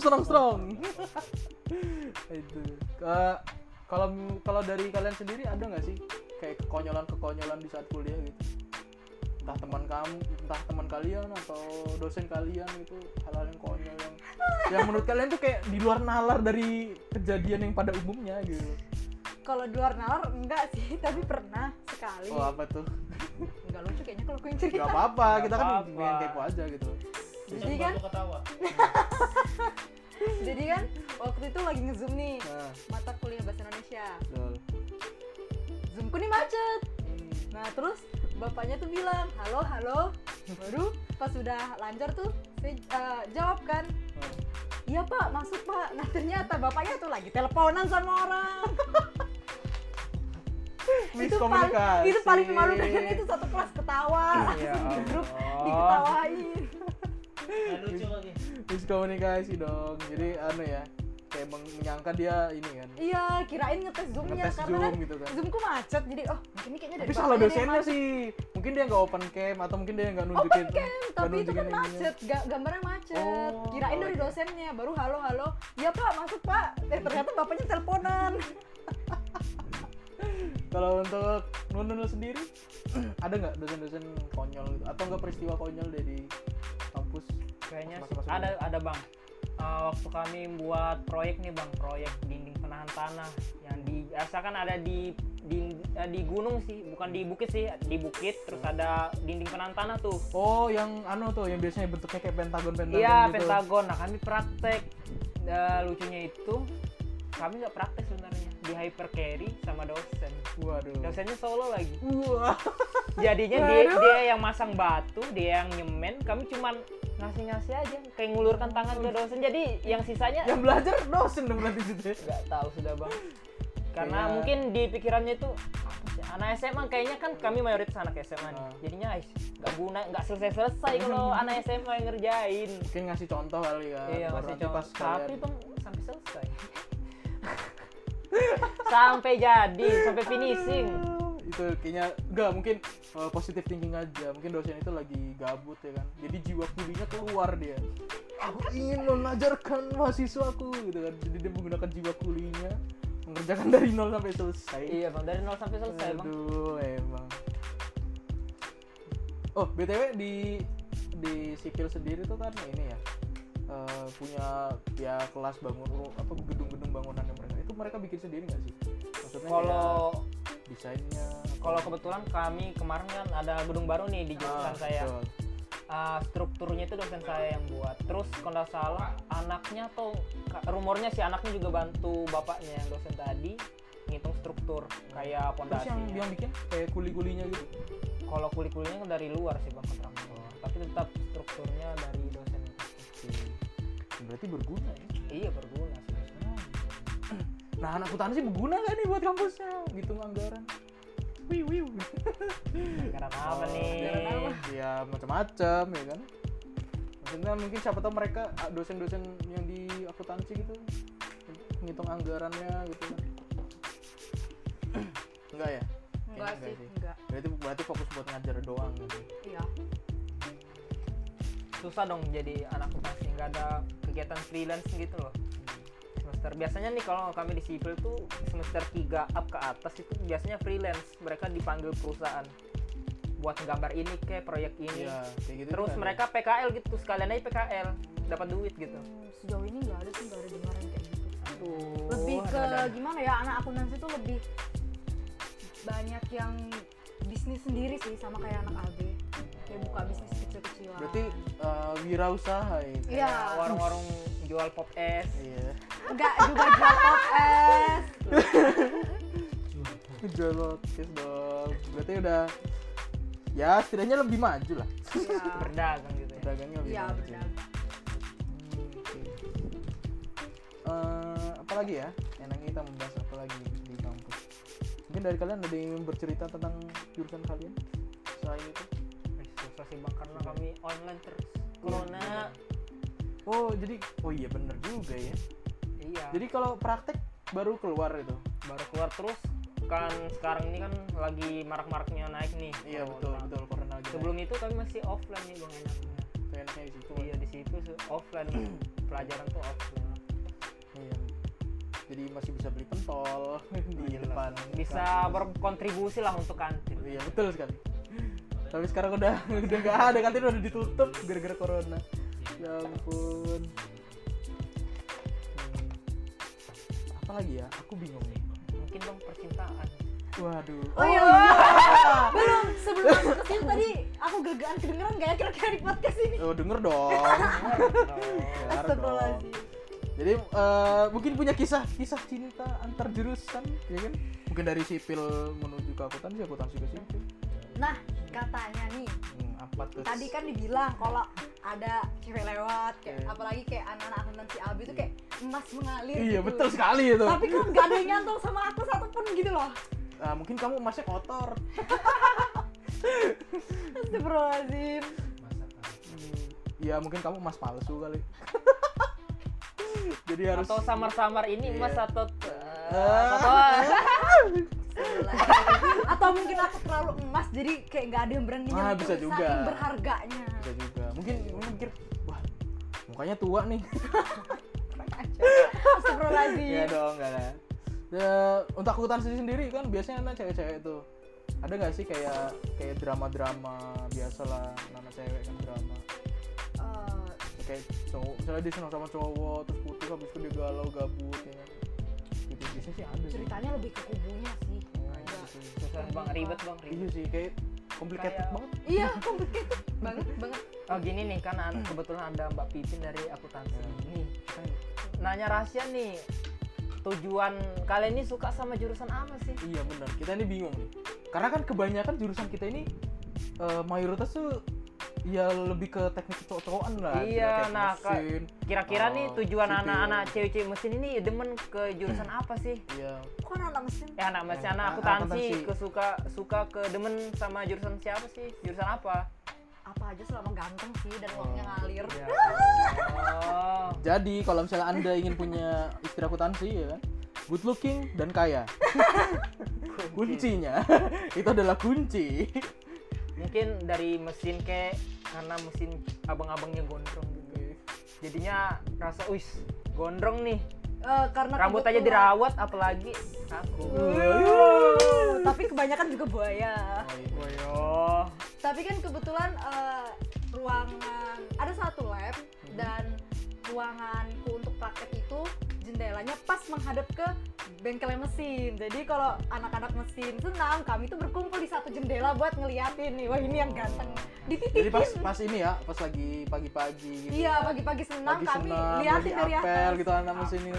Itu. Kalau dari kalian sendiri ada nggak sih kayak kekonyolan di saat kuliah gitu? Entah teman kalian atau dosen kalian gitu, hal-hal yang konyol yang menurut kalian tuh kayak di luar nalar dari kejadian yang pada umumnya gitu. Kalau di luar nalar enggak sih, tapi pernah sekali. Oh apa tuh? Enggak lucu kayaknya kalau aku yang cerita. Gak apa-apa, kita kan apa-apa. pengen kepo aja gitu. Jadi kan, ketawa. jadi kan waktu itu lagi nge-zoom nih Nah, mata kuliah bahasa Indonesia. betul. Zoomku nih macet. Nah terus bapaknya tuh bilang halo. Baru pas sudah lancar tuh saya jawab kan. Iya Pak, masuk Pak. Nah ternyata bapaknya tuh lagi teleponan sama orang. Miskomunikasi. Itu paling memalukan, itu satu kelas ketawa Ya di grup Allah. diketawain. Lucu lagi. Miskomunikasi dong. Jadi ya, kayak menyangka dia ini kan. Iya, kirain ngetes zoomnya Ngetes karena Zoom kan gitu kan. zoomku macet, jadi mungkin ini kayaknya dari Tapi salah bapaknya deh yang dosennya macet. sih. Mungkin dia nggak open cam atau mungkin dia nggak nunjukin. Open cam, nggak tapi itu nunjukin kan ininya. macet, gambarnya macet. Oh, Kirain dari oke. dosennya, baru halo, ya Pak, masuk Pak. Ternyata bapaknya teleponan. Kalau untuk Nunul sendiri, ada nggak dosen-dosen konyol gitu? Atau nggak peristiwa konyol dari kampus? Kayaknya sih Masa-masa ada bang. Waktu kami buat proyek nih bang, proyek dinding penahan tanah yang biasa kan ada di gunung sih, bukan di bukit sih, di bukit terus ada dinding penahan tanah tuh. Oh, yang tuh, yang biasanya bentuknya kayak pentagon-pentagon Iya, gitu. pentagon. Nah kami praktek. Lucunya itu kami nggak praktek sebenarnya, di hypercarry sama dosen. Waduh. Dosennya solo lagi. Wah. Jadinya dia yang masang batu, dia yang nyemen, kami cuman ngasih aja, kayak ngulurkan tangan ke dosen. Jadi yang sisanya Yang belajar dosen dong berarti situ ya. nggak tahu sudah bang. Karena Kayak- mungkin di pikirannya itu apa sih, anak SMA kayaknya kan kami mayoritas anak SMA nih. Ah. Jadinya nggak guna, nggak selesai kalau anak SMA yang ngerjain. Mungkin ngasih contoh kali kan. Iya baru masih nanti contoh. pas Tapi kalian- bang sampai selesai. Sampai jadi, sampai finishing. Itu kayaknya enggak, mungkin positive thinking aja. Mungkin dosen itu lagi gabut ya kan. Jadi jiwa kulinya keluar dia. Aku ingin mengajarkan mahasiswaku gitu kan. Jadi dia menggunakan jiwa kulinya mengerjakan dari nol sampai selesai. Iya bang, dari 0 sampai selesai bang. Aduh, emang. Oh, BTW di sipil sendiri tuh kan ini ya. Punya ya kelas gedung-gedung bangunan yang mereka bikin sendiri nggak sih? Maksudnya Kalau kayak desainnya. kalau kebetulan kami kemarin kan ada gedung baru nih di jurusan saya. betul. Strukturnya itu dosen saya yang buat. Terus kalau nggak salah anaknya atau rumornya si anaknya juga bantu bapaknya yang dosen tadi ngitung struktur kayak Terus pondasinya. yang bikin kayak kuli-kulinya gitu. Kalau kuliah kan dari luar sih bang kontraktor. Tapi tetap strukturnya dari dosen itu. Berarti berguna ya. Iya berguna sih. Nah, anak akuntansi berguna nggak nih buat kampusnya? Ngitung anggaran. Wiu. Karena apa nih? Anggaran apa? Ya macam-macam ya kan. Maksudnya mungkin siapa tahu mereka dosen-dosen yang di akuntansi gitu ngitung anggarannya gitu kan. Enggak ya? Enggak Kayaknya sih, enggak. Berarti fokus buat ngajar doang gitu. Iya. Susah dong jadi anak akuntansi, nggak ada kegiatan freelance gitu loh. Semester biasanya nih kalau kami di sipil tuh semester 3 up ke atas itu biasanya freelance, mereka dipanggil perusahaan buat gambar ini kayak proyek ini. Iya, kayak gitu. Terus juga ada. mereka PKL gitu, sekalian aja PKL dapat duit gitu. Sejauh ini nggak ada sih, nggak ada dengaran kayak gitu. Aduh. Lebih ke ada. gimana ya, anak akuntansi tuh lebih banyak yang bisnis sendiri sih, sama kayak anak AB. Kayak buka bisnis kecil-kecilan. Berarti wirausaha ya. Iya. Warung-warung jual pop es. Iya. Enggak juga jual pop es. Jual podcast dong. Berarti udah ya setidaknya lebih maju lah. Iya. Berdagang gitu ya. Dagangnya lebih Iya, maju. berdagang. Oke. Apa lagi ya? Enaknya kita membahas apa lagi di kampus? Mungkin dari kalian ada yang bercerita tentang jurusan kalian selain itu? Susah sih bang karena kami online terus. Corona. Oh iya bener juga ya. Iya. Jadi kalau praktek baru keluar itu. Baru keluar terus kan sekarang ini kan lagi marak-maraknya naik nih. Iya corona. betul corona lagi. Sebelum itu kami masih offline nih bang enaknya. itu enaknya di situ. Iya di situ offline pelajaran tuh offline. Iya. Jadi masih bisa beli pentol di depan. Bisa berkontribusi lah untuk kantin. Iya betul sekali. Tapi sekarang udah nggak ada, kantin udah ditutup gara-gara corona. Ya ampun. Apa lagi ya? Aku bingung nih. Mungkin bang percintaan. Waduh. Oh iya. Belum, sebelum masuk ke sini tadi aku gegaan kedengeran nggak ya kira-kira di podcast ini? Oh denger dong. Dengar dong. Astagfirullahaladzim. Jadi mungkin punya kisah cinta antar jurusan, ya kan? Mungkin dari sipil menuju ke akuntansi ke sipil. Nah, katanya nih, Apa tuh? tadi kan dibilang kalau ada cewek lewat, kayak Iya. apalagi kayak anak-anak akuntansi AB itu kayak emas mengalir. Iya gitu. betul sekali itu. Tapi kan nggak ada yang nyantol sama aku satupun gitu loh. Mungkin kamu emasnya kotor. Astagfirullahaladzim. Ya mungkin kamu emas palsu kali. Jadi harus Atau samar-samar ini Iya. emas atau Atau mungkin aku terlalu emas jadi kayak nggak ada yang berani nyentuh bisa juga. saking berharganya. bisa juga. Mungkin mikir, wah mukanya tua nih. Astagfirullahaladzim. Iya dong, enggak lah. Ya, untuk akuntansi sendiri kan biasanya anak cewek-cewek tuh. Ada nggak sih kayak drama-drama biasa lah, anak cewek kan drama. Kayak cowok, misalnya dia senang sama cowok terus putus habis itu dia galau gabut ya kan. Gitu biasanya sih ada sih. Ceritanya lebih ke kubunya sih. Enggak. susah bang, ribet bang, Iya ribet. sih kayak complicated Kayak- banget. Iya, complicated banget banget. Oh gini nih kan kebetulan ada Mbak Pipin dari akuntansi. Ya. Nih nanya rahasia nih, tujuan kalian ini suka sama jurusan apa sih? Iya benar, kita ini bingung nih. Karena kan kebanyakan jurusan kita ini mayoritas tuh ya lebih ke teknik cowok-cowokan lah. Iya, Kayak nah, mesin, Kira-kira nih tujuan sipil. anak-anak cewek-cewek mesin ini demen ke jurusan apa sih? Iya. Kok anak mesin? Ya anak mesin, anak Akuntansi. akuntansi suka ke demen sama jurusan siapa sih? Jurusan apa? Apa aja selama ganteng sih dan uangnya ngalir. Ya. Oh. Jadi kalau misalnya Anda ingin punya istri akuntansi ya kan, good looking dan kaya. Kuncinya itu adalah kunci. Mungkin dari mesin kayak karena mesin abang-abangnya gondrong gitu. Jadinya rasa wis gondrong nih. Karena Rambut aja kebetulan- dirawat apalagi aku. Tapi kebanyakan juga buaya. Oh, iya. Oh. Tapi kan kebetulan ruangan ada satu lab dan ruanganku untuk praktek itu jendelanya pas menghadap ke bengkelnya mesin. Jadi kalau anak-anak mesin senam, kami tuh berkumpul di satu jendela buat ngeliatin nih, wah ini yang ganteng. Jadi Dititipin. pas ini ya, pas lagi pagi-pagi gitu. Iya, pagi-pagi senam Pagi kami senam, liatin lagi dari apel atas. gitu anak mesin ini.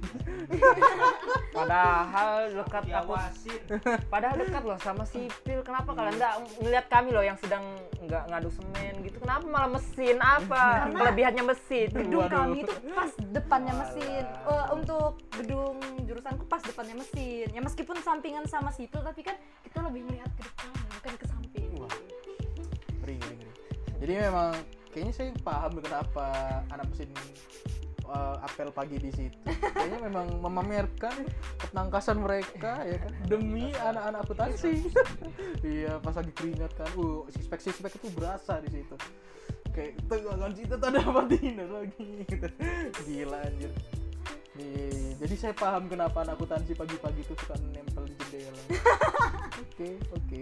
Padahal dekat aku. Diawasin. Padahal dekat loh sama sipil. Kenapa kalian nggak ngeliat kami loh yang sedang nggak ngadu semen gitu? Kenapa malah mesin? Apa kelebihannya mesin? Gedung Waduh. kami itu pas depannya mesin. Untuk gedung jurusanku pas depannya mesin. Ya meskipun sampingan sama sipil tapi kan kita lebih melihat ke depan bukan ke samping. Wah. Ngeri. Jadi memang kayaknya saya paham kenapa anak mesin apel pagi di situ. Kayaknya memang memamerkan ketangkasan mereka ya kan demi anak-anak akuntansi. Iya, pas lagi keringat kan. Six pack itu berasa di situ. Kayak tegangan cinta tak dapat dihindar lagi gitu. Gila anjir. Nih, jadi saya paham kenapa anak akuntansi pagi-pagi itu suka nempel di jendela. Oke.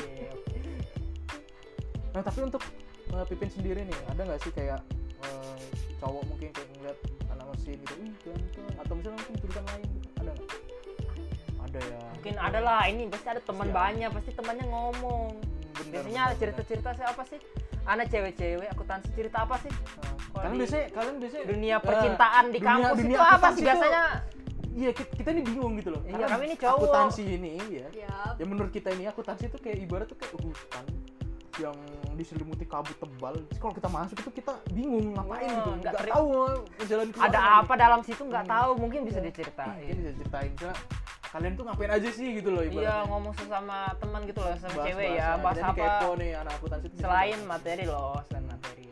Nah, tapi untuk Pipin sendiri nih, ada nggak sih kayak cowok mungkin kayak ngeliat anak mesin gitu, ganteng, atau misalnya mungkin jurusan lain gitu, ada nggak? Ada ya. Mungkin ada lah, ini pasti ada teman Pasti ada. banyak, pasti temannya ngomong. Bener, Biasanya bener. cerita-cerita saya apa sih? Anak cewek-cewek akuntansi cerita apa sih? Nah, Kalau kalian di biasanya Dunia percintaan di dunia- kampus dunia itu apa sih akuntansi biasanya? Iya, kita ini bingung gitu loh. Iya, Karena kami ini cowok. akuntansi ini ya. Ya, Ya menurut kita ini akuntansi itu kayak ibarat tuh kayak hutan yang diselimuti kabut tebal. Terus kalau kita masuk itu kita bingung ngapain Wah, gitu. nggak Nggak teri- tahu jalan keluar. Ada apa dalam situ nggak tahu, mungkin bisa Iya. diceritain. Ini bisa ceritain. Misalnya, kalian tuh ngapain aja sih gitu loh ibaratnya. Iya, ngomong sesama teman gitu loh, sama cewek Bahas-bahas ya, bahas Kita ini apa? kepo nih anak akuntansi itu Selain biasanya materi loh, selain materi.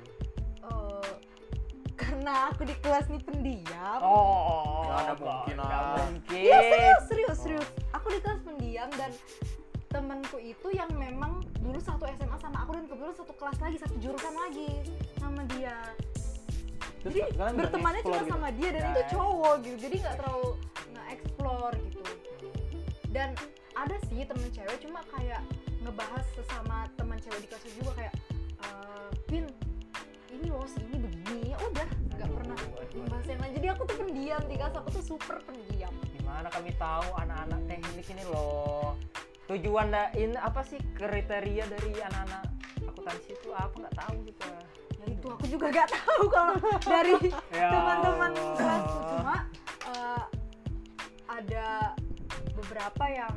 karena aku di kelas nih pendiam. Oh, Nggak ada mungkin, nggak ah. mungkin. Iya serius. Aku di kelas pendiam dan temanku itu yang memang dulu satu SMA sama aku dan kebetulan satu kelas lagi, satu jurusan lagi sama dia. Terus Jadi kalian nggak bertemannya cuma nge-explore gitu? sama dia dan Ya. itu cowok gitu. Jadi nggak terlalu nge-explore gitu. Dan ada sih temen cewek cuma kayak ngebahas sesama teman cewek di kelas juga kayak Pin ini loh si ini begini, ya udah nggak Aduh, pernah aduh. membahas yang lain. Jadi aku tuh pendiam di kelas, aku tuh super pendiam. Gimana kami tahu anak-anak teknik ini loh. Tujuan ini apa sih, kriteria dari anak-anak akuntansi itu apa, nggak tahu kita. Ya itu aku juga nggak tahu kalau dari Ya teman-teman Allah. kelasku, cuma ada beberapa yang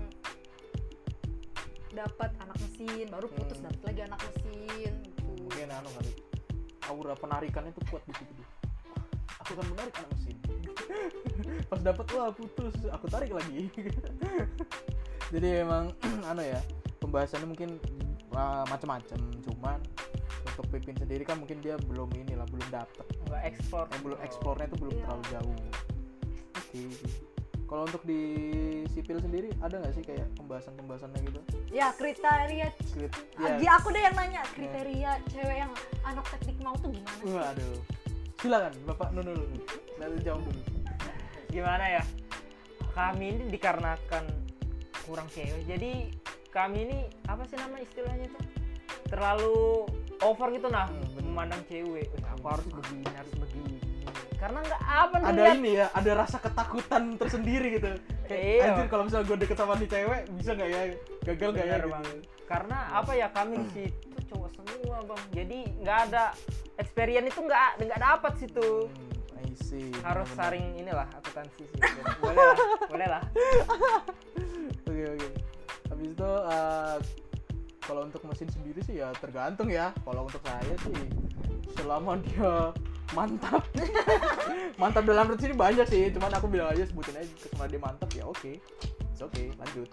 dapat anak mesin baru putus, dapat lagi anak mesin gitu. Mungkin kali aura penarikannya tuh kuat di situ. Aku akan menarik anak mesin. Pas dapat wah putus, aku tarik lagi. Jadi emang pembahasannya mungkin macam-macam, cuman untuk Pipin sendiri kan mungkin dia belum dapet, Nggak explore. belum eksplornya itu belum Iya. terlalu jauh. Oke. Kalau untuk di sipil sendiri ada nggak sih kayak pembahasannya gitu? Ya kriteria lagi aku deh yang nanya kriteria cewek yang anak teknik mau tuh gimana sih? Waduh. Silakan Bapak Nunul dulu. Nanti jawab dulu. Gimana ya? Kami ini dikarenakan kurang cewek. Jadi kami ini apa sih nama istilahnya tuh? Terlalu over gitu bener. memandang cewek. Aku harus begini. Karena nggak apa Ada ngeliat- ini ya, ada rasa ketakutan tersendiri gitu. Kayak Iya. anjir kalau misalnya gue deket sama nih cewek, bisa nggak ya? Gagal nggak ya? Bener, Gitu. Bang. Karena apa ya, kami di situ cowok semua bang, jadi nggak ada experience itu nggak dapat situ. I see. Harus Benar-benar. saring inilah akuntansi sih. boleh lah. Oke. Habis itu kalau untuk mesin sendiri sih ya tergantung ya. Kalau untuk saya sih selama dia mantap. Mantap dalam arti ini banyak sih, cuman aku bilang aja sebutin aja selama dia mantap ya oke. It's okay, lanjut.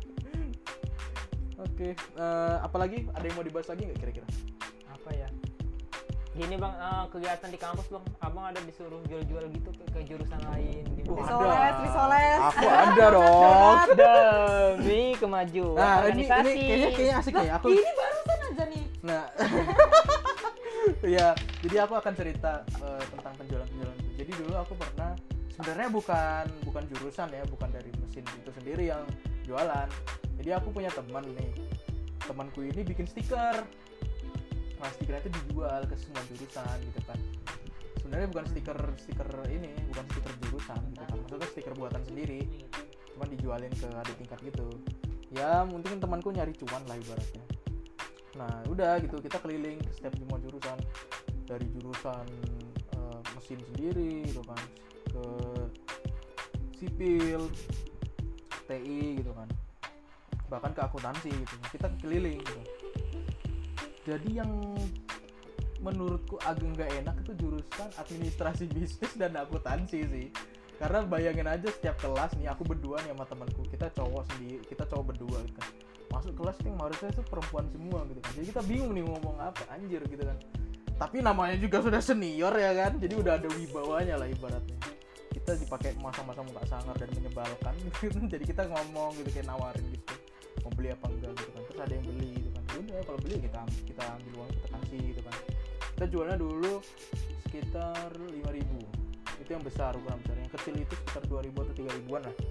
Oke, apalagi ada yang mau dibahas lagi nggak kira-kira? Apa ya? Gini bang, kegiatan di kampus bang, abang ada disuruh jual-jual gitu ke jurusan lain gitu. Wah, Risoles. Aku ada dong. Demi kemajuan Nah, ini organisasi. kayaknya asik nih. Aku Ini barusan aja nih. Nah, ya, jadi aku akan cerita tentang penjualan itu. Jadi dulu aku pernah, sebenarnya bukan jurusan ya, bukan dari mesin itu sendiri yang jualan. Jadi aku punya teman nih, temanku ini bikin stiker. Nah, stiker itu dijual ke semua jurusan gitu kan. Sebenarnya bukan stiker ini, bukan stiker jurusan gitu kan. Maksudnya stiker buatan sendiri, cuman dijualin ke adik tingkat gitu. Ya, mungkin temanku nyari cuan lah ibaratnya. Nah udah gitu, kita keliling ke setiap semua jurusan, dari jurusan mesin sendiri gitu kan, ke sipil, TI gitu kan, bahkan ke akuntansi gitu, kita keliling gitu. Jadi yang menurutku agak nggak enak itu jurusan administrasi bisnis dan akuntansi sih. Karena bayangin aja setiap kelas nih, aku berdua nih sama temanku, kita cowok berdua gitu kan, masuk kelas yang harusnya itu perempuan semua gitu kan, jadi kita bingung nih ngomong apa anjir gitu kan. Tapi namanya juga sudah senior ya kan, jadi udah ada wibawanya lah ibaratnya. Kita dipakai masa-masa muka sangar dan menyebalkan gitu. Jadi kita ngomong gitu, kayak nawarin gitu, mau beli apa enggak gitu kan. Terus ada yang beli gitu kan, udah kalau beli kita ambil uang, kita kasih gitu kan. Kita jualnya dulu sekitar 5.000, itu yang besar, ukuran besar. Yang kecil itu sekitar 2.000 atau 3.000-an lah.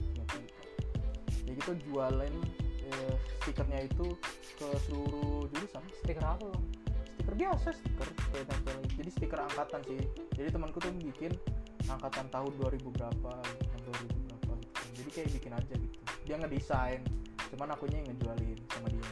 Ya kita jualin stikernya itu ke seluruh jurusan. Stiker apa bang? Stiker biasa, stiker kayak tempel. Jadi stiker angkatan sih. Jadi temanku tuh bikin angkatan tahun 2000 berapa, tahun 2000 berapa gitu kan. Jadi kayak bikin aja gitu. Dia ngedesain, cuman akunya yang ngejualin sama dia.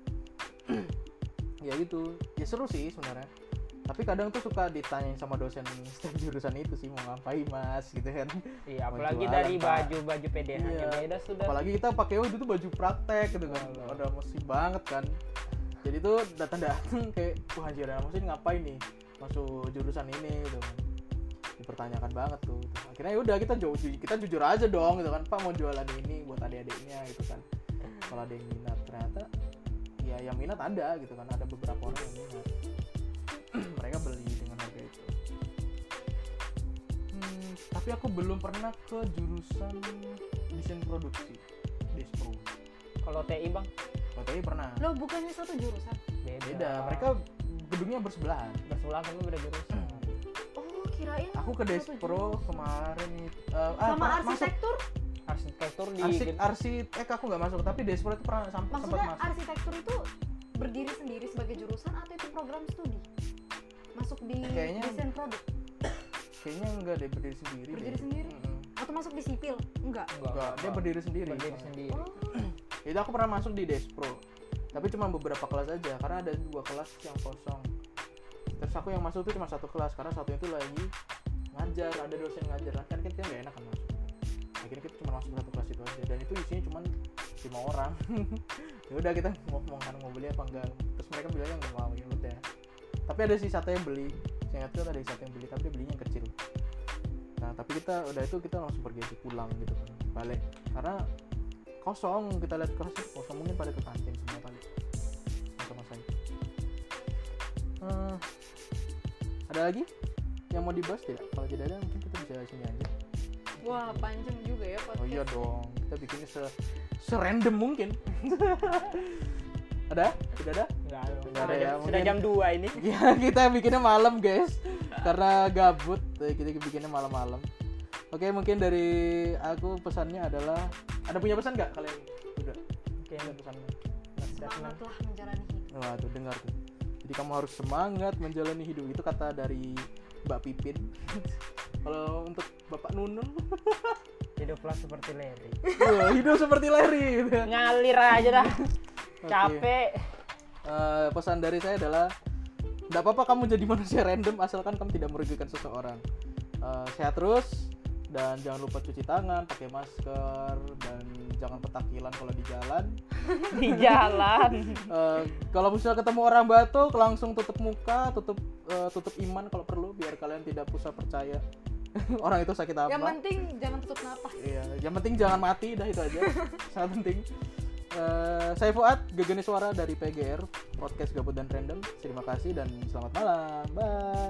Ya gitu. Ya seru sih sebenarnya. Tapi kadang tuh suka ditanyain sama dosen setiap jurusan itu sih, mau ngapain mas gitu kan. Iya, Mau apalagi jualan, dari Pak. baju PDH-nya Iya. beda sudah. Apalagi kita pakai itu tuh baju praktek gitu kan, udah mesti banget kan. Jadi tuh datang kayak wah anjir, maksudnya ngapain nih masuk jurusan ini gitu kan, dipertanyakan banget tuh gitu. Akhirnya ya udah kita jujur aja dong gitu kan, Pak mau jualan ini buat adik-adiknya gitu kan, kalau ada yang minat. Ternyata ya yang minat ada gitu kan, ada beberapa orang yang minat. Mereka beli dengan harga itu. Tapi aku belum pernah ke jurusan desain produksi, Despro. Kalau TI bang, Kalau TI pernah. Loh bukannya satu jurusan? Beda, mereka gedungnya bersebelahan. bersebelah kan beda jurusan. Oh kirain Aku ke satu Despro jurusan. kemarin itu. Sama pernah masuk. arsitektur? Arsitektur di Arsitek aku nggak masuk, tapi Despro itu pernah sempat Maksudnya masuk. arsitektur itu berdiri sendiri sebagai jurusan atau itu program studi? Masuk di Kayaknya- desain produk? Kayaknya enggak deh, berdiri sendiri. Berdiri deh. sendiri? Mm-mm. Atau masuk di sipil? Enggak. Enggak, dia berdiri sendiri. berdiri sendiri. Oh, Itu aku pernah masuk di Despro, tapi cuma beberapa kelas aja karena ada 2 kelas yang kosong. Terus aku yang masuk itu cuma 1 kelas karena satunya itu lagi ngajar, ada dosen ngajar, kan kita nggak enak kan masuk. Akhirnya kita cuma masuk 1 kelas itu aja, dan itu isinya cuma 5 orang. Ya udah kita mau beli apa enggak, terus mereka bilangnya nggak mau, ya udah. Tapi ada sih satu yang beli, saya ingat tuh ada satu yang beli, tapi dia belinya yang kecil. Nah tapi kita udah itu kita langsung pergi aja pulang gitu kan, balik karena kosong, kita lihat kelasnya kosong, mungkin pada ke kantin semua kali masa-masa itu. Ada lagi yang mau dibahas tidak? Kalau tidak ada mungkin kita bisa sini aja. Wah, panjang juga ya podcast. Oh iya dong, kita bikinnya serandom mungkin. Ada? Tidak ada? Enggak ada. Nggak ada ya, Sudah mungkin- jam 2 ini. Ya, kita bikinnya malam guys, karena gabut, kita bikinnya malam-malam. Oke, mungkin dari aku pesannya adalah, ada punya pesan nggak kalian? Udah, Oke. ada pesannya. Semangatlah menjalani hidup. Wah, tuh dengar tuh. Jadi kamu harus semangat menjalani hidup, itu kata dari Mbak Pipin. Kalau untuk Bapak Nunung, Hiduplah seperti Larry. wah, hidup seperti Larry gitu. Ngalir aja dah. Oke. Capek. Pesan dari saya adalah, nggak apa-apa kamu jadi manusia random asalkan kamu tidak merugikan seseorang. Sehat terus dan jangan lupa cuci tangan, pakai masker, dan jangan petakilan kalau di jalan. Di jalan. Kalau misalnya ketemu orang batuk, langsung tutup muka, tutup iman kalau perlu, biar kalian tidak usah percaya orang itu sakit apa. Yang penting jangan tutup napas. Iya, yang penting jangan mati, dah itu aja. Sangat penting. Saya Fuad, Gegeni Suara dari PGR Podcast Gabut dan Random. Terima kasih dan selamat malam. Bye.